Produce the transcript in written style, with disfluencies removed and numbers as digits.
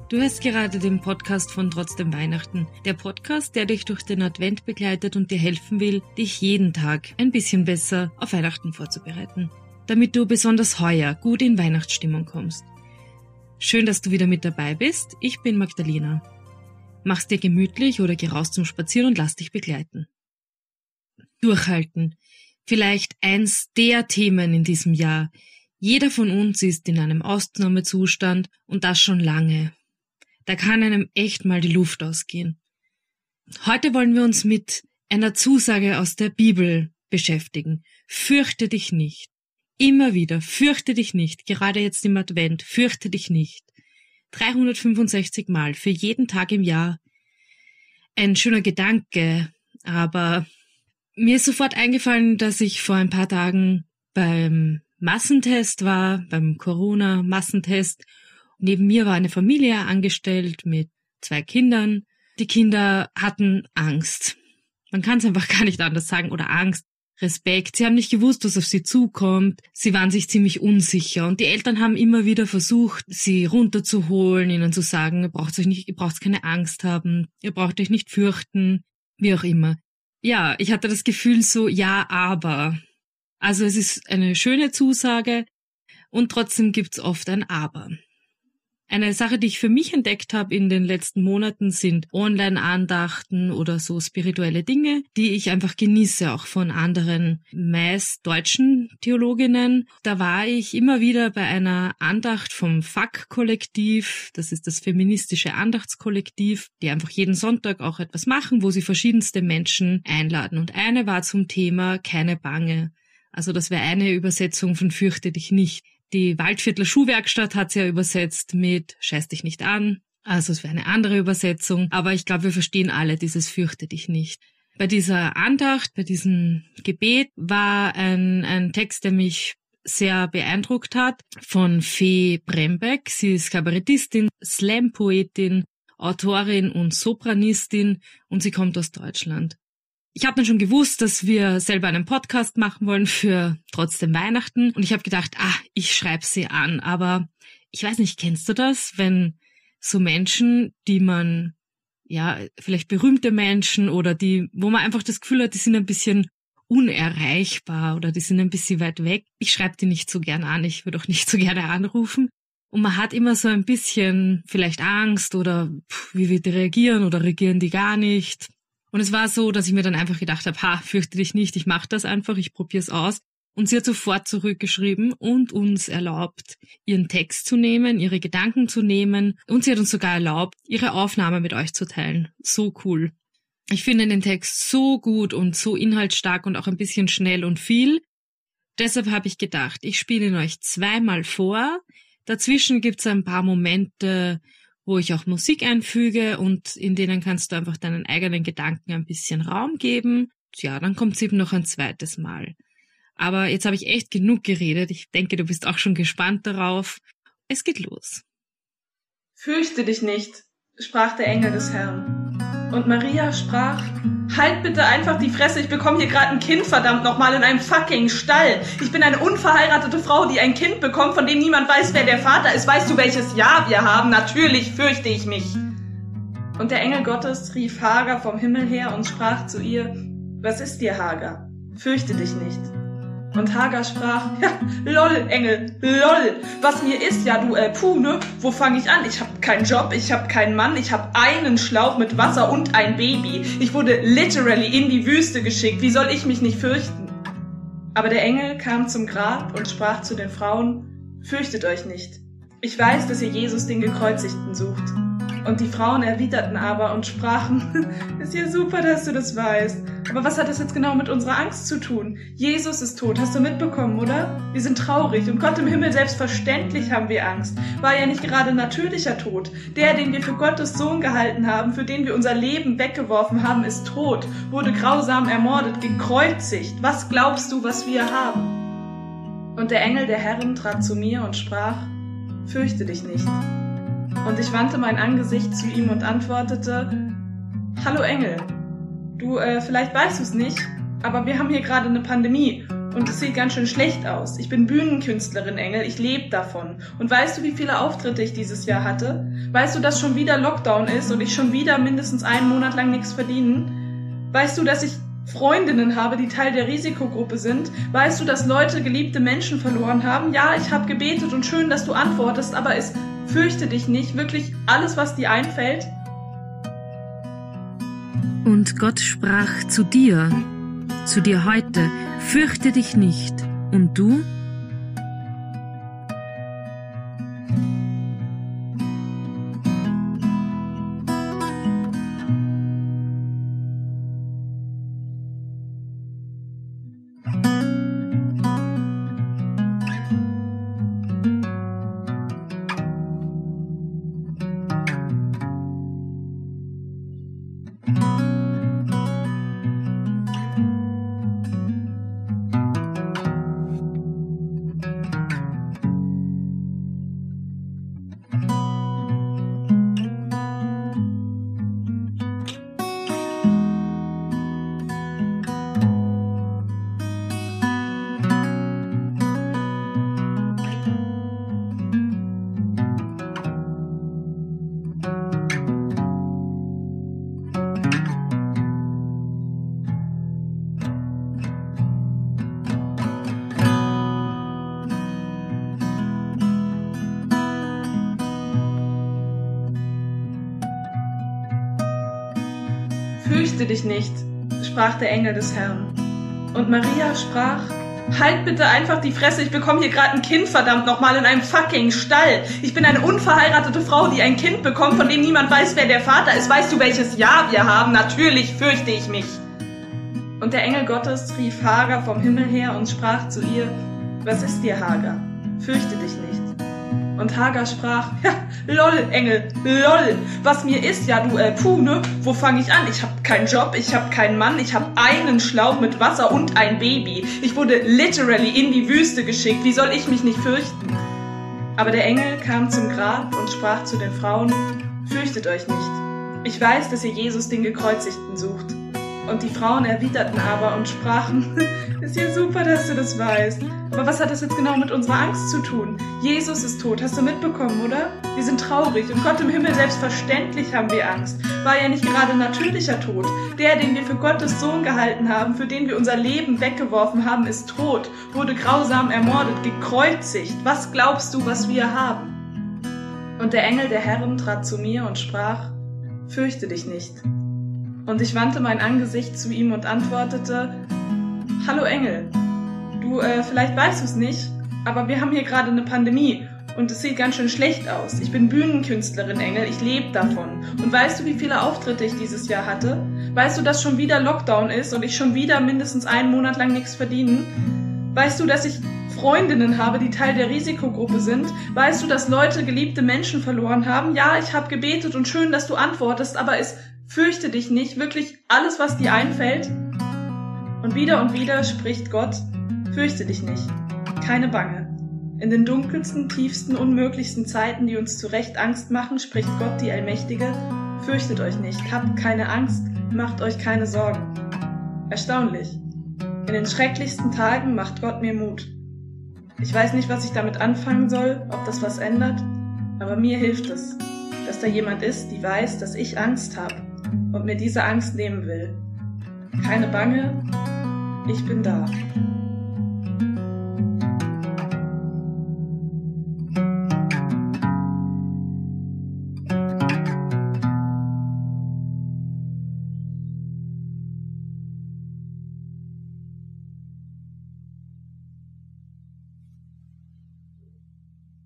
Du hörst gerade den Podcast von Trotzdem Weihnachten. Der Podcast, der dich durch den Advent begleitet und dir helfen will, dich jeden Tag ein bisschen besser auf Weihnachten vorzubereiten, damit du besonders heuer gut in Weihnachtsstimmung kommst. Schön, dass du wieder mit dabei bist. Ich bin Magdalena. Mach's dir gemütlich oder geh raus zum Spazieren und lass dich begleiten. Durchhalten. Vielleicht eins der Themen in diesem Jahr. Jeder von uns ist in einem Ausnahmezustand und das schon lange. Da kann einem echt mal die Luft ausgehen. Heute wollen wir uns mit einer Zusage aus der Bibel beschäftigen. Fürchte dich nicht. Immer wieder, fürchte dich nicht. Gerade jetzt im Advent, fürchte dich nicht. 365 Mal für jeden Tag im Jahr. Ein schöner Gedanke, aber mir ist sofort eingefallen, dass ich vor ein paar Tagen beim Massentest war, beim Corona-Massentest. Neben mir war eine Familie angestellt mit 2 Kindern. Die Kinder hatten Angst. Man kann es einfach gar nicht anders sagen, oder Angst, Respekt. Sie haben nicht gewusst, was auf sie zukommt. Sie waren sich ziemlich unsicher und die Eltern haben immer wieder versucht, sie runterzuholen, ihnen zu sagen, ihr braucht keine Angst haben, ihr braucht euch nicht fürchten, wie auch immer. Ja, ich hatte das Gefühl so, ja, aber. Also es ist eine schöne Zusage und trotzdem gibt's oft ein Aber. Eine Sache, die ich für mich entdeckt habe in den letzten Monaten, sind Online-Andachten oder so spirituelle Dinge, die ich einfach genieße, auch von anderen, meist deutschen Theologinnen. Da war ich immer wieder bei einer Andacht vom FAK-Kollektiv, das ist das feministische Andachtskollektiv, die einfach jeden Sonntag auch etwas machen, wo sie verschiedenste Menschen einladen. Und eine war zum Thema Keine Bange. Also das wäre eine Übersetzung von Fürchte dich nicht. Die Waldviertler Schuhwerkstatt hat es ja übersetzt mit Scheiß dich nicht an. Also es wäre eine andere Übersetzung. Aber ich glaube, wir verstehen alle dieses Fürchte dich nicht. Bei dieser Andacht, bei diesem Gebet war ein Text, der mich sehr beeindruckt hat, von Fee Brembeck. Sie ist Kabarettistin, Slam-Poetin, Autorin und Sopranistin und sie kommt aus Deutschland. Ich habe dann schon gewusst, dass wir selber einen Podcast machen wollen für Trotzdem Weihnachten. Und ich habe gedacht, ich schreibe sie an. Aber ich weiß nicht, kennst du das, wenn so Menschen, die man, ja, vielleicht berühmte Menschen oder die, wo man einfach das Gefühl hat, die sind ein bisschen unerreichbar oder die sind ein bisschen weit weg. Ich schreibe die nicht so gern an, ich würde auch nicht so gerne anrufen. Und man hat immer so ein bisschen vielleicht Angst oder wie wird die reagieren oder reagieren die gar nicht. Und es war so, dass ich mir dann einfach gedacht habe, fürchte dich nicht, ich mache das einfach, ich probiere es aus. Und sie hat sofort zurückgeschrieben und uns erlaubt, ihren Text zu nehmen, ihre Gedanken zu nehmen. Und sie hat uns sogar erlaubt, ihre Aufnahme mit euch zu teilen. So cool. Ich finde den Text so gut und so inhaltsstark und auch ein bisschen schnell und viel. Deshalb habe ich gedacht, ich spiele ihn euch 2-mal vor. Dazwischen gibt es ein paar Momente, wo ich auch Musik einfüge und in denen kannst du einfach deinen eigenen Gedanken ein bisschen Raum geben. Ja, dann kommt es eben noch ein 2. Mal. Aber jetzt habe ich echt genug geredet. Ich denke, du bist auch schon gespannt darauf. Es geht los. Fürchte dich nicht, sprach der Engel des Herrn. Und Maria sprach, halt bitte einfach die Fresse, ich bekomme hier gerade ein Kind, verdammt nochmal, in einem fucking Stall. Ich bin eine unverheiratete Frau, die ein Kind bekommt, von dem niemand weiß, wer der Vater ist. Weißt du, welches Jahr wir haben? Natürlich fürchte ich mich. Und der Engel Gottes rief Hagar vom Himmel her und sprach zu ihr, was ist dir, Hagar? Fürchte dich nicht. Und Hagar sprach, ja, lol, Engel, lol, was mir ist, ja du, ne, wo fange ich an? Ich habe keinen Job, ich habe keinen Mann, ich habe einen Schlauch mit Wasser und ein Baby. Ich wurde literally in die Wüste geschickt, wie soll ich mich nicht fürchten? Aber der Engel kam zum Grab und sprach zu den Frauen, fürchtet euch nicht. Ich weiß, dass ihr Jesus, den Gekreuzigten, sucht. Und die Frauen erwiderten aber und sprachen, ist ja super, dass du das weißt. Aber was hat das jetzt genau mit unserer Angst zu tun? Jesus ist tot, hast du mitbekommen, oder? Wir sind traurig und Gott im Himmel, selbstverständlich haben wir Angst. War ja nicht gerade natürlicher Tod. Der, den wir für Gottes Sohn gehalten haben, für den wir unser Leben weggeworfen haben, ist tot, wurde grausam ermordet, gekreuzigt. Was glaubst du, was wir haben? Und der Engel der Herren trat zu mir und sprach, fürchte dich nicht. Und ich wandte mein Angesicht zu ihm und antwortete, hallo Engel, du, vielleicht weißt du es nicht, aber wir haben hier gerade eine Pandemie und es sieht ganz schön schlecht aus. Ich bin Bühnenkünstlerin, Engel, ich lebe davon. Und weißt du, wie viele Auftritte ich dieses Jahr hatte? Weißt du, dass schon wieder Lockdown ist und ich schon wieder mindestens einen Monat lang nichts verdiene? Weißt du, dass ich Freundinnen habe, die Teil der Risikogruppe sind? Weißt du, dass Leute geliebte Menschen verloren haben? Ja, ich habe gebetet und schön, dass du antwortest, aber es fürchte dich nicht, wirklich alles, was dir einfällt. Und Gott sprach zu dir heute, fürchte dich nicht. Und du? Fürchte dich nicht, sprach der Engel des Herrn. Und Maria sprach, halt bitte einfach die Fresse, ich bekomme hier gerade ein Kind, verdammt nochmal, in einem fucking Stall. Ich bin eine unverheiratete Frau, die ein Kind bekommt, von dem niemand weiß, wer der Vater ist. Weißt du, welches Jahr wir haben? Natürlich fürchte ich mich. Und der Engel Gottes rief Hagar vom Himmel her und sprach zu ihr, was ist dir, Hagar? Fürchte dich nicht. Und Hagar sprach, ja, lol, Engel, lol, was mir ist, ja, du, ne, wo fange ich an? Ich habe keinen Job, ich habe keinen Mann, ich habe einen Schlauch mit Wasser und ein Baby. Ich wurde literally in die Wüste geschickt, wie soll ich mich nicht fürchten? Aber der Engel kam zum Grab und sprach zu den Frauen, fürchtet euch nicht. Ich weiß, dass ihr Jesus, den Gekreuzigten, sucht. Und die Frauen erwiderten aber und sprachen, ist ja super, dass du das weißt. Aber was hat das jetzt genau mit unserer Angst zu tun? Jesus ist tot, hast du mitbekommen, oder? Wir sind traurig und Gott im Himmel, selbstverständlich haben wir Angst. War ja nicht gerade natürlicher Tod. Der, den wir für Gottes Sohn gehalten haben, für den wir unser Leben weggeworfen haben, ist tot, wurde grausam ermordet, gekreuzigt. Was glaubst du, was wir haben? Und der Engel der Herren trat zu mir und sprach, fürchte dich nicht. Und ich wandte mein Angesicht zu ihm und antwortete, hallo Engel, du, vielleicht weißt du es nicht, aber wir haben hier gerade eine Pandemie und es sieht ganz schön schlecht aus. Ich bin Bühnenkünstlerin, Engel, ich lebe davon. Und weißt du, wie viele Auftritte ich dieses Jahr hatte? Weißt du, dass schon wieder Lockdown ist und ich schon wieder mindestens einen Monat lang nichts verdiene? Weißt du, dass ich Freundinnen habe, die Teil der Risikogruppe sind? Weißt du, dass Leute geliebte Menschen verloren haben? Ja, ich habe gebetet und schön, dass du antwortest, aber es fürchte dich nicht, wirklich alles, was dir einfällt. Und wieder spricht Gott, fürchte dich nicht, keine Bange. In den dunkelsten, tiefsten, unmöglichsten Zeiten, die uns zu Recht Angst machen, spricht Gott, die Allmächtige, fürchtet euch nicht, habt keine Angst, macht euch keine Sorgen. Erstaunlich. In den schrecklichsten Tagen macht Gott mir Mut. Ich weiß nicht, was ich damit anfangen soll, ob das was ändert, aber mir hilft es, dass da jemand ist, die weiß, dass ich Angst habe und mir diese Angst nehmen will. Keine Bange, ich bin da.